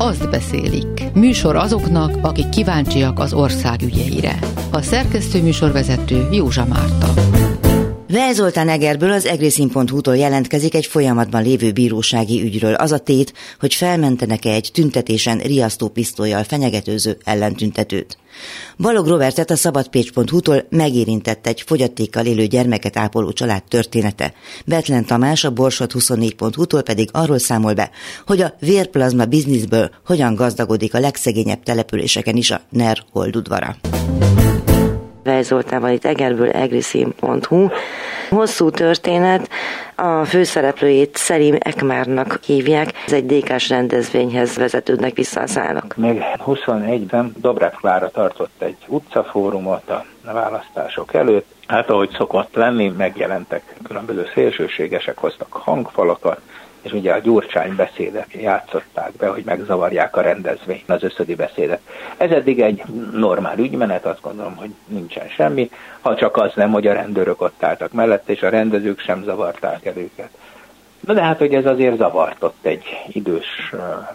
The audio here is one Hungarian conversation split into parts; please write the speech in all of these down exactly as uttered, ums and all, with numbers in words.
Azt beszélik. Műsor azoknak, akik kíváncsiak az ország ügyeire. A szerkesztő műsorvezető Józsa Márta. Vej Zoltán Egerből, az egrészín pont hu-tól jelentkezik egy folyamatban lévő bírósági ügyről. Az a tét, hogy felmentenek-e egy tüntetésen riasztópisztollyal fenyegetőző ellentüntetőt. Balog Robertet, a szabadpécs pont hu-tól megérintett egy fogyatékkal élő gyermeket ápoló család története. Bethlen Tamás, a Borsod huszonnégy pont hu-tól pedig arról számol be, hogy a vérplazma bizniszből hogyan gazdagodik a legszegényebb településeken is a en e er holdudvara. Vej Zoltán van itt Egerből, egrészín pont hu. Hosszú történet, a főszereplőjét Szerim Ekmárnak hívják. Ez egy dé ká-s rendezvényhez vezetődnek vissza a szálak. Még huszonegyben Dobrev Klára tartott egy utcafórumot a választások előtt. Hát ahogy szokott lenni, megjelentek különböző szélsőségesek, hoztak hangfalakat, és ugye a Gyurcsány beszédet játszották be, hogy megzavarják a rendezvényt, az összödi beszédet. Ez eddig egy normál ügymenet, azt gondolom, hogy nincsen semmi, ha csak az nem, hogy a rendőrök ott álltak mellett, és a rendezők sem zavarták el őket. Na de hát, hogy ez azért zavart ott egy idős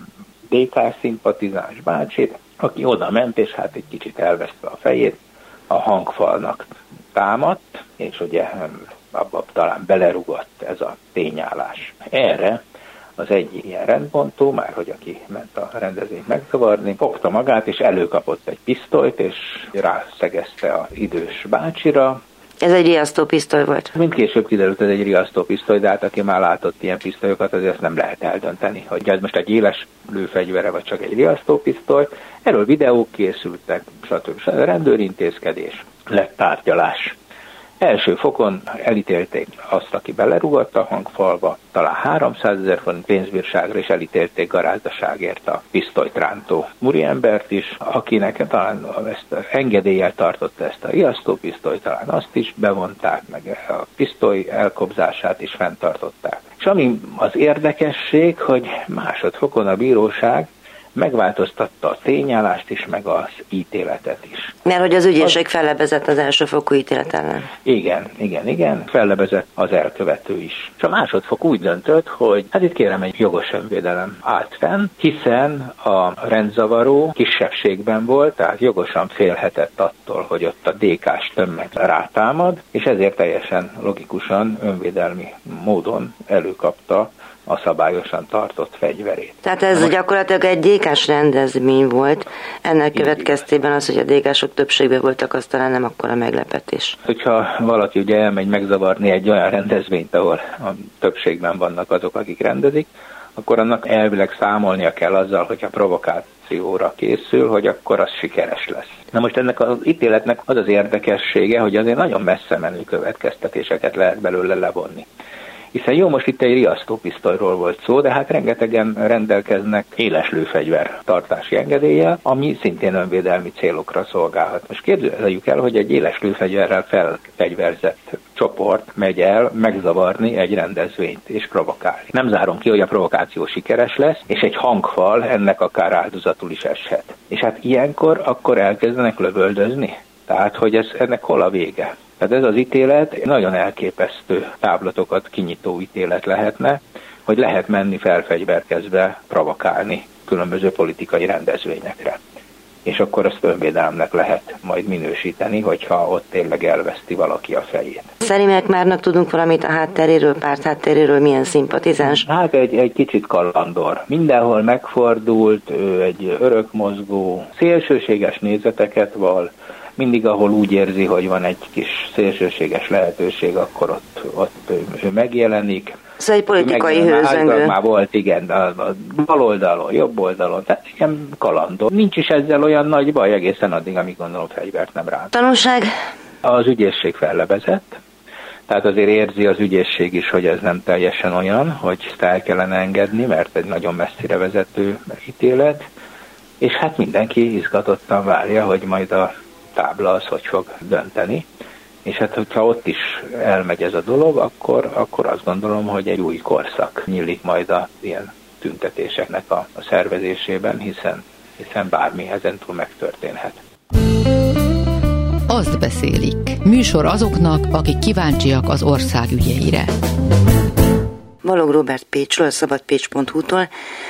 dé ká szimpatizáns bácsit, aki oda ment, és hát egy kicsit elveszte a fejét, a hangfalnak támadt, és ugye abba talán belerugott ez a tényállás. Erre az egy ilyen rendbontó, már hogy aki ment a rendezvényt megzavarni, fogta magát, és előkapott egy pisztolyt, és rászegezte az idős bácsira. Ez egy riasztópisztoly volt? Mint később kiderült, ez egy riasztópisztoly, de hát aki már látott ilyen pisztolyokat, azért ezt nem lehet eldönteni, hogy ez most egy éles lőfegyvere, vagy csak egy riasztópisztoly. Erről videók készültek, stb. Rendőrintézkedés, lett tárgyalás. Első fokon elítélték azt, aki belerugott a hangfalba, talán háromszázezer forint pénzbírságra, és elítélték garázdaságért a pisztolyt rántó úriembert is, akinek talán ezt engedéllyel tartotta ezt a riasztópisztolyt, talán azt is bevonták, meg a pisztoly elkobzását is fenntartották. És ami az érdekesség, hogy másodfokon a bíróság megváltoztatta a tényállást is, meg az ítéletet is. Mert hogy az ügyészség fellebezett az elsőfokú ítélet ellen. Igen, igen, igen, fellebezett az elkövető is. És a másodfok úgy döntött, hogy hát itt kérem, egy jogos önvédelem állt fenn, hiszen a rendzavaró kisebbségben volt, tehát jogosan félhetett attól, hogy ott a dé ká-s tömeg rátámad, és ezért teljesen logikusan, önvédelmi módon előkapta a szabályosan tartott fegyverét. Tehát ez most gyakorlatilag egy dé ká-s rendezvény volt. Ennek következtében az, hogy a dé ká-sok többségben voltak, az talán nem akkora meglepetés. Hogyha valaki ugye elmegy megzavarni egy olyan rendezvényt, ahol a többségben vannak azok, akik rendezik, akkor annak elvileg számolnia kell azzal, hogyha provokációra készül, hogy akkor az sikeres lesz. Na most ennek az ítéletnek az az érdekessége, hogy azért nagyon messze menő következtetéseket lehet belőle levonni. Hiszen jó, most itt egy riasztópisztolyról volt szó, de hát rengetegen rendelkeznek éles lőfegyver tartási engedéllyel, ami szintén önvédelmi célokra szolgálhat. Most képzeljük el, hogy egy éles lőfegyverrel felfegyverzett csoport megy el megzavarni egy rendezvényt és provokálni. Nem zárom ki, hogy a provokáció sikeres lesz, és egy hangfal ennek akár áldozatul is eshet. És hát ilyenkor akkor elkezdenek lövöldözni. Tehát, hogy ez, ennek hol a vége? Tehát ez az ítélet nagyon elképesztő táblatokat kinyitó ítélet lehetne, hogy lehet menni felfegyverkezve provokálni különböző politikai rendezvényekre. És akkor azt önvédelemnek lehet majd minősíteni, hogyha ott tényleg elveszti valaki a fejét. Szerim Ekmárnak tudunk valamit a hátteréről, párt hátteréről, milyen szimpatizáns? Hát egy, egy kicsit kalandor. Mindenhol megfordult, ő egy örökmozgó, szélsőséges nézeteket val, mindig, ahol úgy érzi, hogy van egy kis szélsőséges lehetőség, akkor ott, ott ő megjelenik. Szóval egy politikai hőzöngő. Már volt, igen, a bal oldalon, jobb oldalon, tehát ilyen kalandor. Nincs is ezzel olyan nagy baj, egészen addig, amíg gondolom fegyvert nem rá. Tanulság? Az ügyészség fellebezett, tehát azért érzi az ügyészség is, hogy ez nem teljesen olyan, hogy ezt el kellene engedni, mert egy nagyon messzire vezető ítélet, és hát mindenki izgatottan várja, hogy majd a tábla az hogy fog dönteni. És hát, hogyha ott is elmegy ez a dolog, akkor, akkor azt gondolom, hogy egy új korszak nyílik majd a ilyen tüntetéseknek a, a szervezésében, hiszen, hiszen bármi ezentúl megtörténhet. Azt beszélik. Műsor azoknak, akik kíváncsiak az ország ügyeire. Balog Robert Pécsről, a szabadpécs pont hu-tól.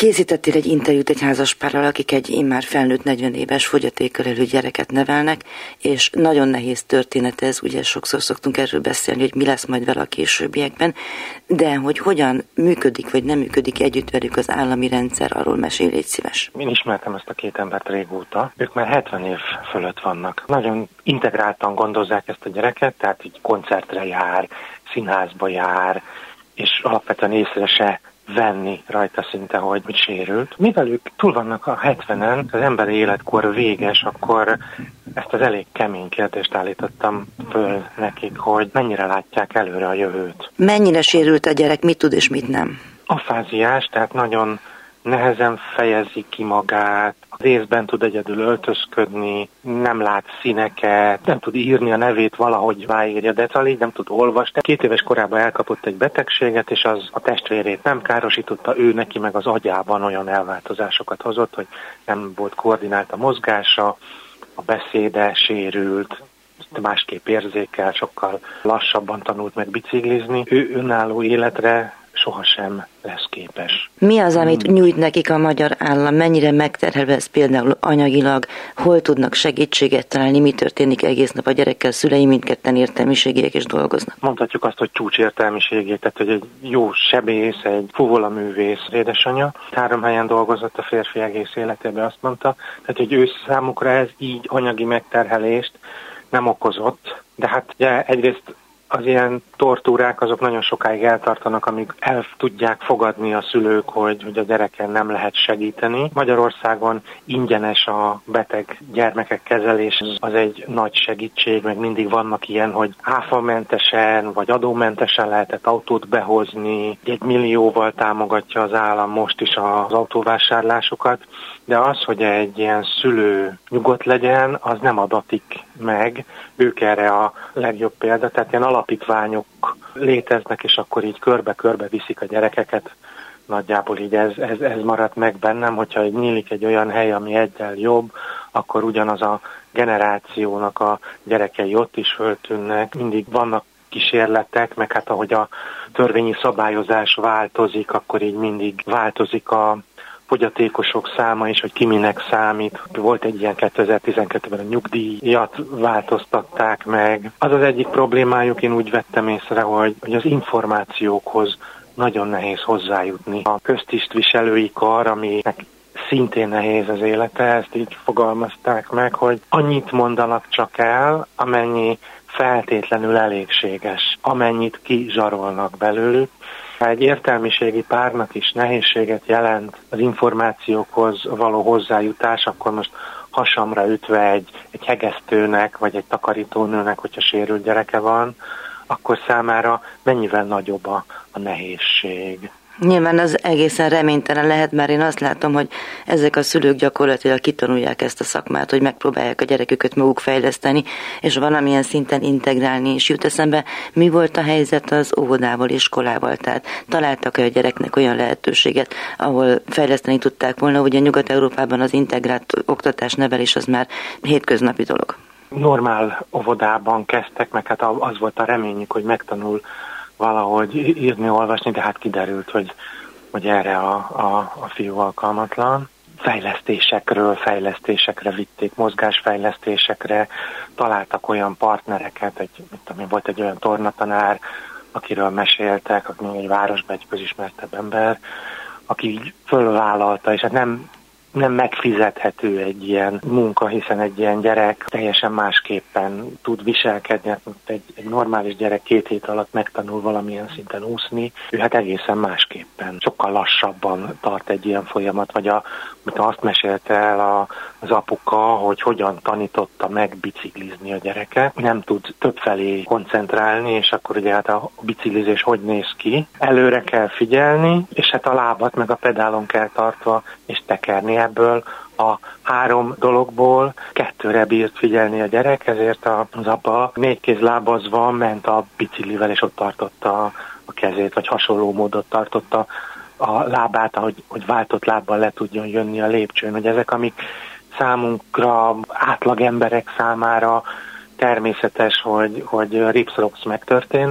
Készítettél egy interjút egy házaspárral, akik egy immár felnőtt negyven éves fogyatékkal élő gyereket nevelnek, és nagyon nehéz történet ez, ugye sokszor szoktunk erről beszélni, hogy mi lesz majd vele a későbbiekben, de hogy hogyan működik, vagy nem működik együtt velük az állami rendszer, arról mesélj, légy szíves. Én ismertem ezt a két embert régóta, ők már hetven év fölött vannak. Nagyon integráltan gondozzák ezt a gyereket, tehát így koncertre jár, színházba jár, és alapvetően észre se venni rajta szinte, hogy mit sérült. Mivel ők túl vannak a hetvenen, az emberi életkor véges, akkor ezt az elég kemény kérdést állítottam föl nekik, hogy mennyire látják előre a jövőt. Mennyire sérült a gyerek, mit tud és mit nem? Afáziás, tehát nagyon nehezen fejezi ki magát, az észben tud egyedül öltözködni, nem lát színeket, nem tud írni a nevét valahogy ráírja, de szóval így nem tud olvasni. Két éves korában elkapott egy betegséget, és az a testvérét nem károsította, ő neki meg az agyában olyan elváltozásokat hozott, hogy nem volt koordinált a mozgása, a beszéde sérült, másképp érzékel, sokkal lassabban tanult meg biciklizni. Ő önálló életre sohasem lesz képes. Mi az, amit nyújt nekik a magyar állam? Mennyire megterhelve ez például anyagilag? Hol tudnak segítséget találni? Mi történik egész nap a gyerekkel? Szülei mindketten értelmiségiek és dolgoznak. Mondhatjuk azt, hogy csúcsértelmiségé, tehát hogy egy jó sebész, egy fuvolaművész édesanyja. Három helyen dolgozott a férfi egész életében, azt mondta. Tehát, hogy ő számukra ez így anyagi megterhelést nem okozott. De hát ugye egyrészt az ilyen tortúrák azok nagyon sokáig eltartanak, amíg el tudják fogadni a szülők, hogy, hogy a gyereken nem lehet segíteni. Magyarországon ingyenes a beteg gyermekek kezelés, az egy nagy segítség, meg mindig vannak ilyen, hogy áfamentesen vagy adómentesen lehetett autót behozni, egy millióval támogatja az állam most is az autóvásárlásokat, de az, hogy egy ilyen szülő nyugodt legyen, az nem adatik meg. Ők erre a legjobb példa, tehát ilyen alapítványok léteznek, és akkor így körbe-körbe viszik a gyerekeket. Nagyjából így ez, ez, ez maradt meg bennem, hogyha nyílik egy olyan hely, ami egyel jobb, akkor ugyanaz a generációnak a gyerekei ott is föltűnnek. Mindig vannak kísérletek, meg hát ahogy a törvényi szabályozás változik, akkor így mindig változik a fogyatékosok száma is, hogy ki minek számít. Volt egy ilyen kétezer-tizenkettőben a nyugdíjat változtatták meg. Az az egyik problémájuk, én úgy vettem észre, hogy, hogy az információkhoz nagyon nehéz hozzájutni. A köztisztviselői kar, aminek szintén nehéz az élete, ezt így fogalmazták meg, hogy annyit mondanak csak el, amennyi feltétlenül elégséges, amennyit kizsarolnak belőlük. Egy értelmiségi párnak is nehézséget jelent az információkhoz való hozzájutás, akkor most hasamra ütve egy, egy hegesztőnek, vagy egy takarítónőnek, hogyha sérült gyereke van, akkor számára mennyivel nagyobb a, a nehézség. Nyilván az egészen reménytelen lehet, mert én azt látom, hogy ezek a szülők gyakorlatilag kitanulják ezt a szakmát, hogy megpróbálják a gyereküket maguk fejleszteni, és valamilyen szinten integrálni is jut eszembe. Mi volt a helyzet az óvodával, iskolával? Tehát találtak-e a gyereknek olyan lehetőséget, ahol fejleszteni tudták volna? Ugye Nyugat-Európában az integrált oktatás, nevelés az már hétköznapi dolog. Normál óvodában kezdtek, meg hát az volt a reményük, hogy megtanul valahogy írni, olvasni, de hát kiderült, hogy, hogy erre a, a, a fiú alkalmatlan. Fejlesztésekről fejlesztésekre vitték, mozgásfejlesztésekre, találtak olyan partnereket, egy, mit tudom én, volt egy olyan tornatanár, akiről meséltek, aki még egy városban egy közismertebb ember, aki így fölvállalta, és hát nem nem megfizethető egy ilyen munka, hiszen egy ilyen gyerek teljesen másképpen tud viselkedni, hát egy, egy normális gyerek két hét alatt megtanul valamilyen szinten úszni, ő hát egészen másképpen, sokkal lassabban tart egy ilyen folyamat, vagy a, mint azt mesélte el a, az apuka, hogy hogyan tanította meg biciklizni a gyereket, nem tud többfelé koncentrálni, és akkor ugye hát a biciklizés hogy néz ki, előre kell figyelni, és hát a lábat meg a pedálon kell tartva, és tekerni. Ebből a három dologból kettőre bírt figyelni a gyerek, ezért az apa négy kézlábazva ment a biciklivel, és ott tartotta a kezét, vagy hasonló módot tartotta a lábát, ahogy, hogy váltott lábbal le tudjon jönni a lépcsőn. Hogy ezek, amik számunkra, átlag emberek számára természetes, hogy, hogy ripszrox megtörténnek,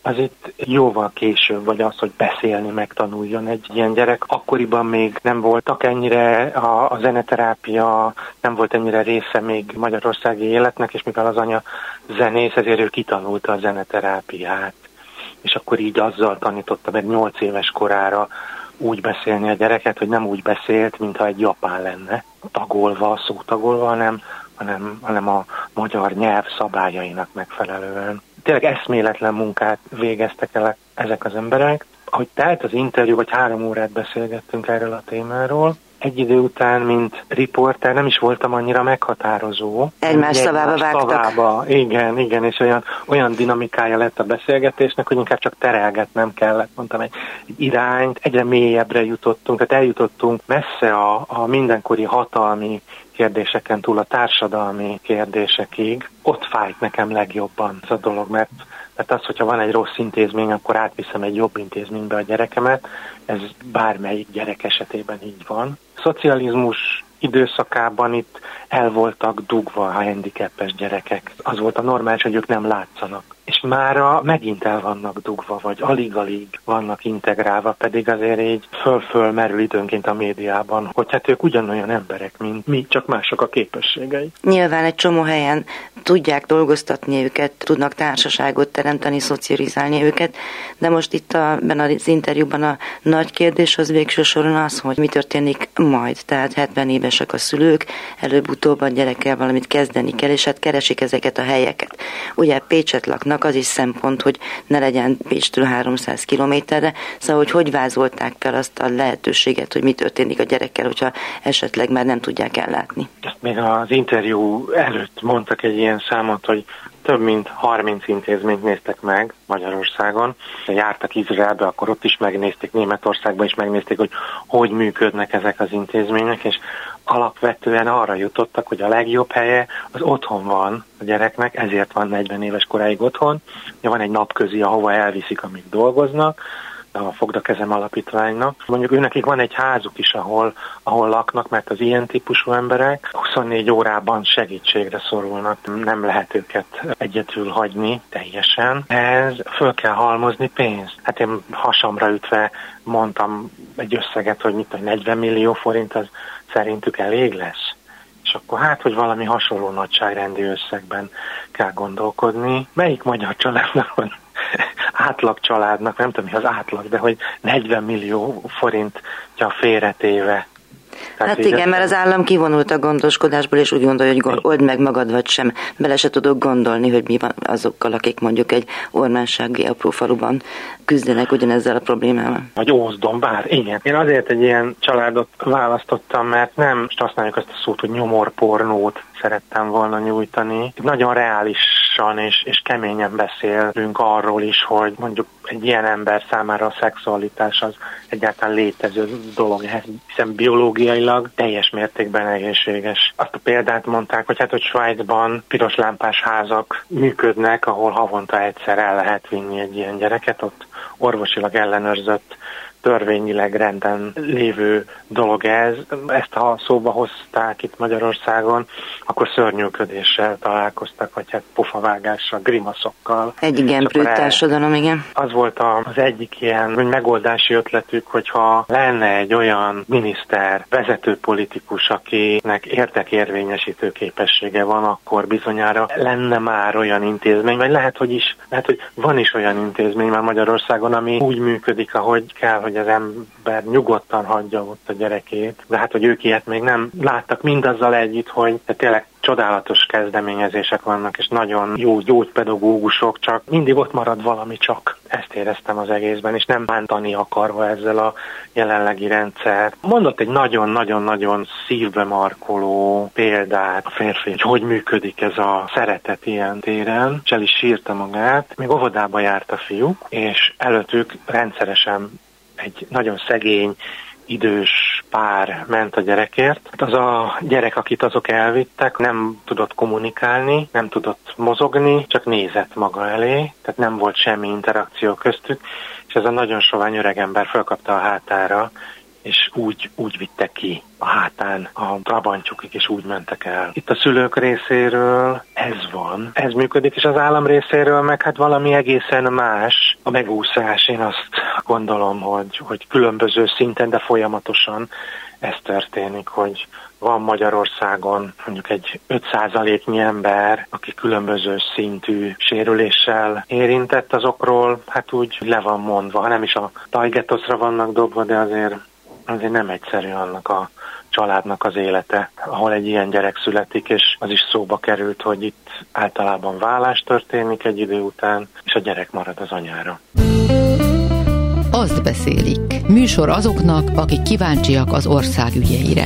az itt jóval később, vagy az, hogy beszélni megtanuljon egy ilyen gyerek. Akkoriban még nem voltak ennyire, a, a zeneterápia nem volt ennyire része még magyarországi életnek, és mivel az anya zenész, ezért ő kitanulta a zeneterápiát. És akkor így azzal tanította meg nyolc éves korára úgy beszélni a gyereket, hogy nem úgy beszélt, mintha egy japán lenne, tagolva, szótagolva, hanem, hanem, hanem a magyar nyelv szabályainak megfelelően. Tényleg eszméletlen munkát végeztek el ezek az emberek. Ahogy telt az interjú, vagy három órát beszélgettünk erről a témáról, egy idő után, mint riporter, nem is voltam annyira meghatározó. Egymás szavába vágtak. Szavába. Igen, igen, és olyan, olyan dinamikája lett a beszélgetésnek, hogy inkább csak terelgetnem kellett, mondtam, egy, egy irányt, egyre mélyebbre jutottunk, tehát eljutottunk messze a, a mindenkori hatalmi kérdéseken túl a társadalmi kérdésekig. Ott fájt nekem legjobban ez a dolog, mert, mert az, hogyha van egy rossz intézmény, akkor átviszem egy jobb intézménybe a gyerekemet, ez bármelyik gyerek esetében így van. Szocializmus időszakában itt el voltak dugva a handicapes gyerekek. Az volt a normális, hogy ők nem látszanak. És mára megint el vannak dugva, vagy alig-alig vannak integrálva, pedig azért így föl-föl merül időnként a médiában, hogy hát ők ugyanolyan emberek, mint mi, csak mások a képességei. Nyilván egy csomó helyen tudják dolgoztatni őket, tudnak társaságot teremteni, szocializálni őket, de most itt a, benne az interjúban a nagy kérdés az végső soron az, hogy mi történik majd. Tehát hetven évesek a szülők, előbb-utóbb a gyerekkel valamit kezdeni kell, és hát keresik ezeket a helyeket. Ugye Pécset laknak, az is szempont, hogy ne legyen Pécstől háromszáz kilométerre, szóval hogy hogy vázolták fel azt a lehetőséget, hogy mi történik a gyerekkel, hogyha esetleg már nem tudják ellátni. Ezt még az interjú előtt mondtak egy ilyen számot, hogy több mint harminc intézményt néztek meg Magyarországon. Jártak Izraelbe, akkor ott is megnézték, Németországban is megnézték, hogy hogy működnek ezek az intézmények, és alapvetően arra jutottak, hogy a legjobb helye az otthon van a gyereknek, ezért van negyven éves koráig otthon. Van egy napközi, ahova elviszik, amíg dolgoznak, a Fogd a kezem alapítványnak. Mondjuk őnekik van egy házuk is, ahol, ahol laknak, mert az ilyen típusú emberek huszonnégy órában segítségre szorulnak, nem lehet őket egyedül hagyni teljesen. Ez föl kell halmozni pénzt. Hát én hasamra ütve mondtam egy összeget, hogy mit tudom, negyven millió forint, az szerintük elég lesz. És akkor hát, hogy valami hasonló nagyságrendi összegben kell gondolkodni. Melyik magyar családnak van? Átlag családnak, nem tudom mi az átlag, de hogy negyven millió forintja félretéve. Tehát hát igen, mert az állam kivonult a gondoskodásból, és úgy gondolja, hogy old meg magad, vagy sem. Bele se tudok gondolni, hogy mi van azokkal, akik mondjuk egy ormánsági apró faluban küzdenek ugyanezzel a problémával. Vagy Ózdon, bár igen. Én azért egy ilyen családot választottam, mert nem most használjuk azt a szót, hogy nyomorpornót szerettem volna nyújtani. Nagyon reálisan és, és keményen beszélünk arról is, hogy mondjuk egy ilyen ember számára a szexualitás az egyáltalán létező dolog, hiszen biológiailag teljes mértékben egészséges. Azt a példát mondták, hogy hát, hogy Svájcban piros lámpás házak működnek, ahol havonta egyszer el lehet vinni egy ilyen gyereket, ott orvosilag ellenőrzött, törvényileg renden lévő dolog ez. Ezt ha szóba hozták itt Magyarországon, akkor szörnyűködéssel találkoztak, vagy hát pofavágással, grimaszokkal. Egy igen brűt társadalom, igen. Az volt az egyik ilyen megoldási ötletük, hogyha lenne egy olyan miniszter, vezető politikus, akinek érdekérvényesítő képessége van, akkor bizonyára lenne már olyan intézmény, vagy lehet, hogy is, lehet, hogy van is olyan intézmény már Magyarországon, ami úgy működik, ahogy kell, hogy az ember nyugodtan hagyja ott a gyerekét, de hát, hogy ők ilyet még nem láttak, mindazzal együtt, hogy tényleg csodálatos kezdeményezések vannak, és nagyon jó gyógypedagógusok, csak mindig ott marad valami csak. Ezt éreztem az egészben, és nem bántani akarva ezzel a jelenlegi rendszert. Mondott egy nagyon-nagyon-nagyon szívbe markoló példát a férfi, hogy hogy működik ez a szeretet ilyen téren, és el is sírta magát. Még óvodába járt a fiú, és előttük rendszeresen egy nagyon szegény, idős pár ment a gyerekért. Az a gyerek, akit azok elvittek, nem tudott kommunikálni, nem tudott mozogni, csak nézett maga elé, tehát nem volt semmi interakció köztük, és ez a nagyon sovány öregember felkapta a hátára, és úgy, úgy vittek ki a hátán a trabantjukig, és úgy mentek el. Itt a szülők részéről ez van, ez működik, és az állam részéről meg hát valami egészen más. A megúszás, én azt gondolom, hogy, hogy különböző szinten, de folyamatosan ez történik, hogy van Magyarországon mondjuk egy öt százaléknyi ember, aki különböző szintű sérüléssel érintett, azokról hát úgy le van mondva, ha nem is a tajgetoszra vannak dobva, de azért, azért nem egyszerű annak a családnak az élete, ahol egy ilyen gyerek születik, és az is szóba került, hogy itt általában válás történik egy idő után, és a gyerek marad az anyára. Azt beszélik. Műsor azoknak, akik kíváncsiak az ország ügyeire.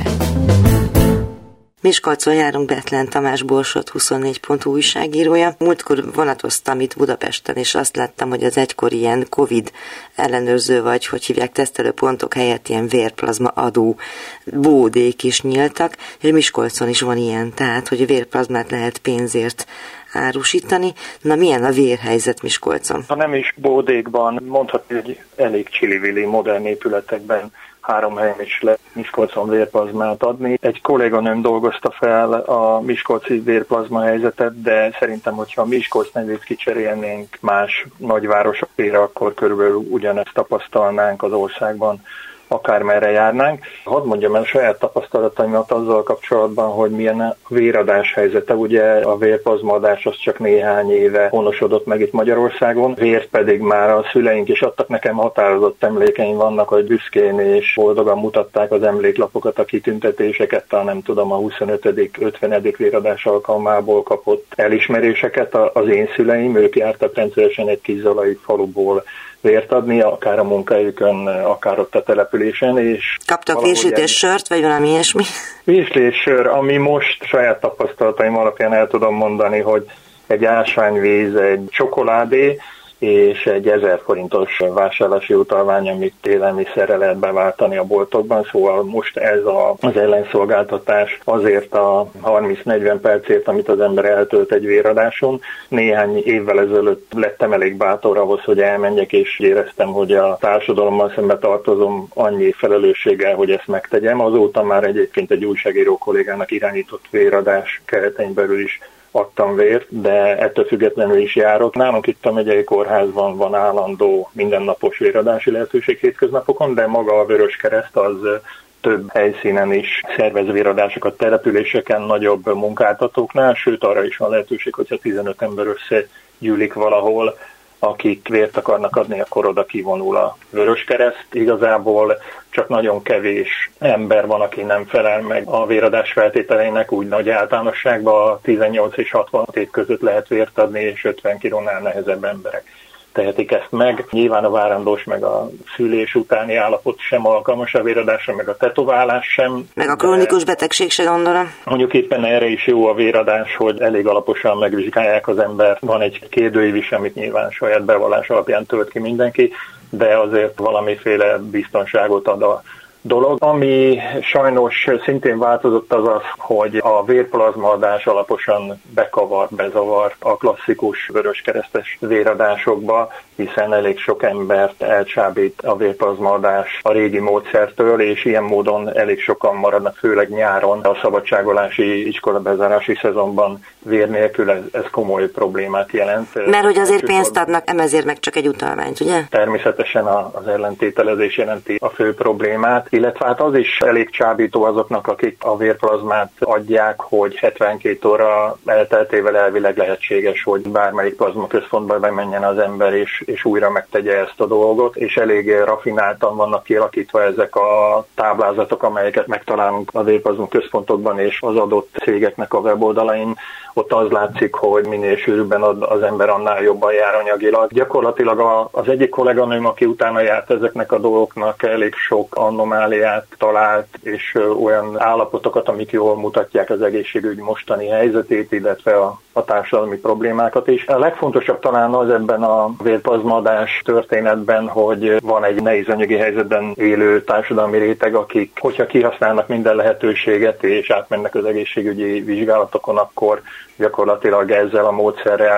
Miskolcon járunk, Bethlen Tamás Borsod huszonnégy pont hu újságírója. Múltkor vonatoztam itt Budapesten, és azt láttam, hogy az egykor ilyen Covid ellenőrző, vagy hogy hívják, tesztelő pontok helyett ilyen vérplazma adó bódék is nyíltak, és Miskolcon is van ilyen, tehát hogy vérplazmát lehet pénzért árusítani. Na, milyen a vérhelyzet Miskolcon? Ha nem is bódékban, mondhatni, hogy elég csili-vili modern épületekben három helyen is lehet Miskolcon vérplazmát adni. Egy kolléganőm dolgozta fel a miskolci vérplazma helyzetet, de szerintem, hogyha Miskolc nevét kicserélnénk más nagyvárosokra, akkor körülbelül ugyanezt tapasztalnánk az országban, akármerre járnánk. Hadd mondjam el saját tapasztalataimat azzal kapcsolatban, hogy milyen a véradás helyzete. Ugye a vérplazmaadás az csak néhány éve honosodott meg itt Magyarországon, vért pedig már a szüleink is adtak. Nekem határozott emlékeim vannak, hogy büszkén és boldogan mutatták az emléklapokat, a kitüntetéseket, a nem tudom, a huszonötödik ötvenedik véradás alkalmából kapott elismeréseket. Az én szüleim, ők jártak rendszeresen egy kis zalai faluból vért adni, akár a munkahelyükön, akár ott a településen. És kaptak vízsütés sört, vagy valami ilyesmi? Vízsütés sör, ami most saját tapasztalataim alapján el tudom mondani, hogy egy ásványvíz, egy csokoládé, és egy ezer forintos vásárlási utalvány, amit élelmiszerre lehet beváltani a boltokban, szóval most ez a, az ellenszolgáltatás azért a harminc-negyven percért, amit az ember eltölt egy véradáson. Néhány évvel ezelőtt lettem elég bátor ahhoz, hogy elmenjek, és éreztem, hogy a társadalommal szembe tartozom annyi felelősséggel, hogy ezt megtegyem. Azóta már egyébként egy újságíró kollégának irányított véradás keretein belül is adtam vért, de ettől függetlenül is járok. Nálunk itt a megyei kórházban van állandó mindennapos véradási lehetőség hétköznapokon, de maga a Vöröskereszt az több helyszínen is szervez véradásokat, településeken, nagyobb munkáltatóknál, sőt arra is van lehetőség, hogyha tizenöt ember összegyűlik valahol, akik vért akarnak adni, akkor oda kivonul a Vöröskereszt. Igazából csak nagyon kevés ember van, aki nem felel meg a véradás feltételeinek, úgy nagy általánosságban tizennyolc és hatvan év között lehet vért adni, és ötven kilónál nehezebb emberek tehetik ezt meg. Nyilván a várandós meg a szülés utáni állapot sem alkalmas a véradásra, meg a tetoválás sem. Meg a krónikus betegség se, gondolom. Mondjuk éppen erre is jó a véradás, hogy elég alaposan megvizsgálják az ember. Van egy kérdőív is, amit nyilván saját bevallás alapján tölt ki mindenki, de azért valamiféle biztonságot ad a dolog. Ami sajnos szintén változott az az, hogy a vérplazmaadás alaposan bekavart, bezavart a klasszikus vöröskeresztes véradásokba, hiszen elég sok embert elcsábít a vérplazmaadás a régi módszertől, és ilyen módon elég sokan maradnak, főleg nyáron a szabadságolási iskolabezárási szezonban vér nélkül, ez, ez komoly problémát jelent. Mert hogy azért pénzt adnak, nem ezért meg csak egy utalványt, ugye? Természetesen az ellentételezés jelenti a fő problémát, illetve hát az is elég csábító azoknak, akik a vérplazmát adják, hogy hetvenkét óra elteltével elvileg lehetséges, hogy bármelyik plazmaközpontba bemenjen az ember, és, és újra megtegye ezt a dolgot, és elég rafináltan vannak kialakítva ezek a táblázatok, amelyeket megtalálunk a vérplazmaközpontokban és az adott cégeknek a weboldalain. Ott az látszik, hogy minél sűrűbben ad az ember, annál jobban jár anyagilag. Gyakorlatilag az egyik kolléganőm, aki utána járt ezeknek a dolgoknak, elég sok anomáliát talált, és olyan állapotokat, amik jól mutatják az egészségügy mostani helyzetét, illetve a, a társadalmi problémákat is. A legfontosabb talán az ebben a vérplazmaadás történetben, hogy van egy nehéz anyagi helyzetben élő társadalmi réteg, akik, hogyha kihasználnak minden lehetőséget és átmennek az egészségügyi vizsgálatokon, akkor gyakorlatilag ezzel a módszerrel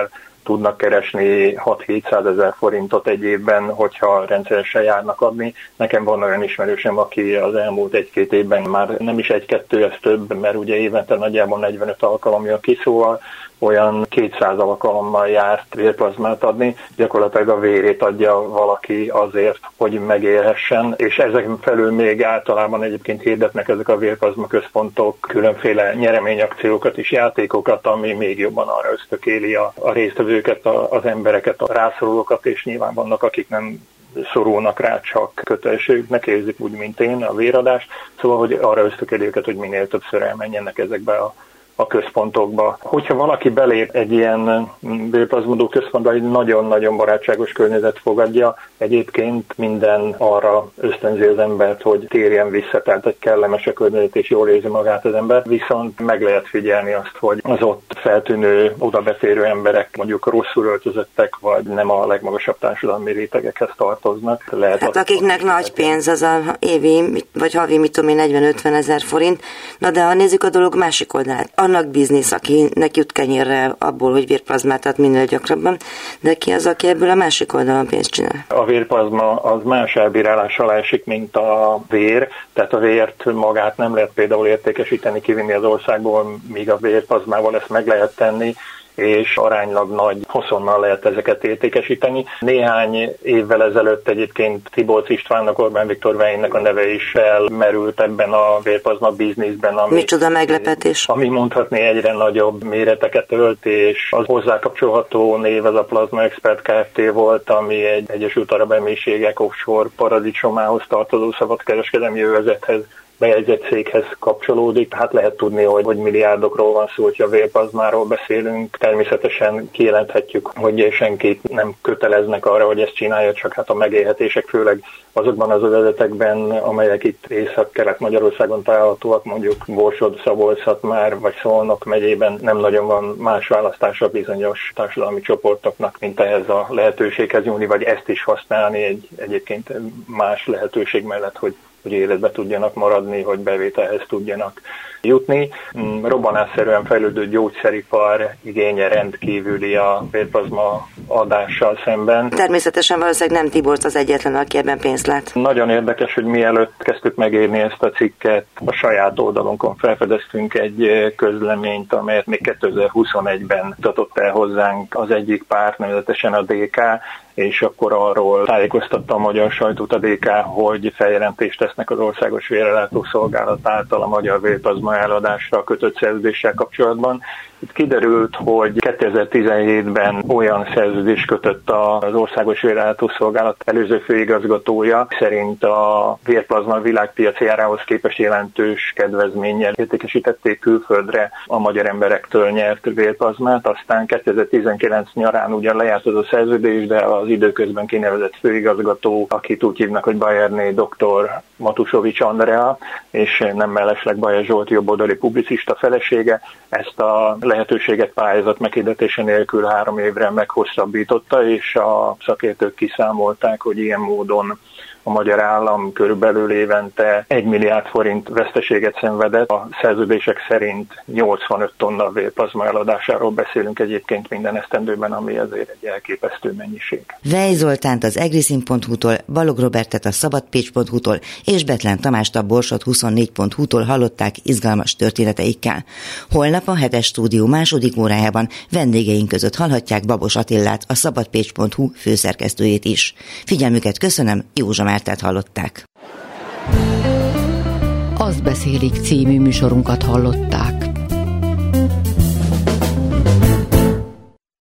tudnak keresni hat-hétszázezer forintot egy évben, hogyha rendszeresen járnak adni. Nekem van olyan ismerősöm, aki az elmúlt egy-két évben már nem is egy-kettő, ez több, mert ugye évente nagyjából negyvenöt alkalom jön ki, szóval olyan kétszáz alkalommal járt vérplazmát adni, gyakorlatilag a vérét adja valaki azért, hogy megélhessen, és ezek felül még általában egyébként hirdetnek ezek a vérplazma központok különféle nyereményakciókat és játékokat, ami még jobban arra ösztökéli a, a résztvevőket, a, az embereket, a rászorulókat, és nyilván vannak, akik nem szorulnak rá, csak kötelességüknek érzik úgy, mint én, a véradást, szóval hogy arra ösztökéli őket, hogy minél többször elmenjenek ezekbe a a központokba. Hogyha valaki belép egy ilyen vérplazmodó központba, egy nagyon-nagyon barátságos környezet fogadja, egyébként minden arra ösztönzi az embert, hogy térjen vissza, tehát egy kellemes a környezet és jól érzi magát az ember, viszont meg lehet figyelni azt, hogy az ott feltűnő, odabeférő emberek mondjuk rosszul öltözöttek, vagy nem a legmagasabb társadalmi rétegekhez tartoznak. Lehet hát akiknek nagy pénz, az a évi vagy havi, mit tudom én, negyven-ötven ezer forint, na de ha nézzük a dolog másik oldalát, annak biznisz, akinek jut kenyérre abból, hogy vérplazmát ad minél gyakrabban, de ki az, aki ebből a másik oldalon pénzt csinál? A vérplazma az más elbírálás alá esik, mint a vér, tehát a vért magát nem lehet például értékesíteni, kivinni az országból, míg a vérplazmával ezt meg lehet tenni, és aránylag nagy haszonnal lehet ezeket értékesíteni. Néhány évvel ezelőtt egyébként Tibolc Istvánnak, Orbán Viktor Vejnnek a neve is felmerült ebben a vérplazma bizniszben. Ami, Micsoda meglepetés. Ami mondhatni egyre nagyobb méreteket ölt, és az hozzá kapcsolható név az a Plazma Expert Kft. Volt, ami egy Egyesült Arab Emírségek offshore paradicsomához tartozó szabadkereskedelmi övezethez bejegyzett céghez kapcsolódik, hát lehet tudni, hogy, hogy milliárdokról van szó, hogyha vérplazmáról beszélünk. Természetesen kijelenthetjük, hogy senkit nem köteleznek arra, hogy ezt csinálja, csak hát a megélhetések főleg azokban az övezetekben, amelyek itt Észak-Kelet-Magyarországon találhatóak, mondjuk Borsod, Szabolcs-Szatmár vagy Szolnok megyében nem nagyon van más választása bizonyos társadalmi csoportoknak, mint ehhez a lehetőséghez nyúlni, vagy ezt is használni egy egyébként más lehetőség mellett, hogy hogy életbe tudjanak maradni, hogy bevételhez tudjanak jutni. Robbanásszerűen fejlődő gyógyszeripar igénye rendkívüli a vérplazma adással szemben. Természetesen valószínűleg nem Tiborc az egyetlen, aki ebben pénzt lát. Nagyon érdekes, hogy mielőtt kezdtük megírni ezt a cikket, a saját oldalunkon felfedeztünk egy közleményt, amelyet még kétezer-huszonegyben mutatott el hozzánk az egyik párt, nevezetesen a dé ká, és akkor arról tájékoztatta a magyar sajtót a dé ká, hogy feljelentést tesznek az Országos Vérellátó Szolgálat által a magyar vérplazma eladásra kötött szerződéssel kapcsolatban. Itt kiderült, hogy kétezer-tizenhétben olyan szerződést kötött az Országos Vérellátó Szolgálat előző főigazgatója, szerint a vérplazma világpiaci árához képest jelentős kedvezménnyel értékesítették külföldre a magyar emberektől nyert vérplazmát. Aztán kétezer-tizenkilenc nyarán ugyan lejárt az a szerződés, de az időközben kinevezett főigazgató, akit úgy hívnak, hogy Bayerné doktor Matusovics Andrea, és nem mellesleg Bajer Zsolt jobboldali publicista felesége, ezt a lehetőséget pályázat meghirdetése nélkül három évre meghosszabbította, és a szakértők kiszámolták, hogy ilyen módon a magyar állam körülbelül évente egy milliárd forint veszteséget szenvedett. A szerződések szerint nyolcvanöt tonna vérplazma eladásáról beszélünk egyébként minden esztendőben, ami ezért egy elképesztő mennyiség. Vej Zoltánt az egriszin pont hu-tól, Balog Robertet a szabadpécs pont hu-tól és Betlen Tamást a borsod huszonnégy pont hu-tól hallották izgalmas történeteikkel. Holnap a hetes stúdió második órájában vendégeink között hallhatják Babos Attillát, a szabadpécs pont hu főszerkesztőjét is. Figyelmüket köszönöm, Józsa Mártát hallották. Azt beszélik című műsorunkat hallották.